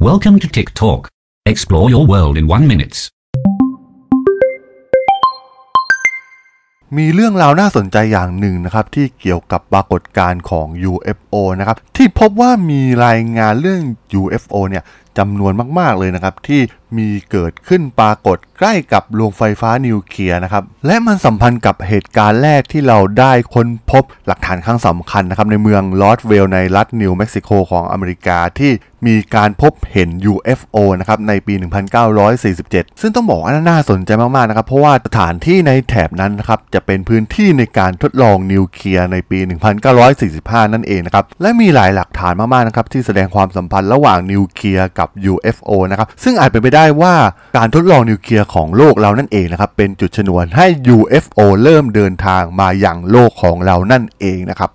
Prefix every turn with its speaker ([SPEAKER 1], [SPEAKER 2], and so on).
[SPEAKER 1] Welcome to TikTok. Explore your world in 1 minute.
[SPEAKER 2] มีเรื่องราวน่าสนใจอย่างหนึ่งนะครับที่เกี่ยวกับปรากฏการณ์ของ UFO นะครับที่พบว่ามีรายงานเรื่อง UFO เนี่ยจำนวนมากๆเลยนะครับที่มีเกิดขึ้นปรากฏใกล้กับโรงไฟฟ้านิวเคลียร์นะครับและมันสัมพันธ์กับเหตุการณ์แรกที่เราได้ค้นพบหลักฐานครั้งสำคัญนะครับในเมืองลอสเวลในรัฐนิวเม็กซิโกของอเมริกาที่มีการพบเห็น UFO นะครับในปี 1947 ซึ่งต้องบอกว่าน่าสนใจมากๆนะครับเพราะว่าสถานที่ในแถบนั้นนะครับจะเป็นพื้นที่ในการทดลองนิวเคลียร์ในปี 1945 นั่นเองนะครับและมีหลายหลักฐานมากๆนะครับที่แสดงความสัมพันธ์ระหว่างนิวเคลียร์กับ UFO นะครับซึ่งอาจเป็นไปได้ว่าการทดลองนิวเคลียร์ของโลกเรานั่นเองนะครับเป็นจุดชนวนให้ UFO เริ่มเดินทางมาอย่างโลกของเรานั่นเองนะครับ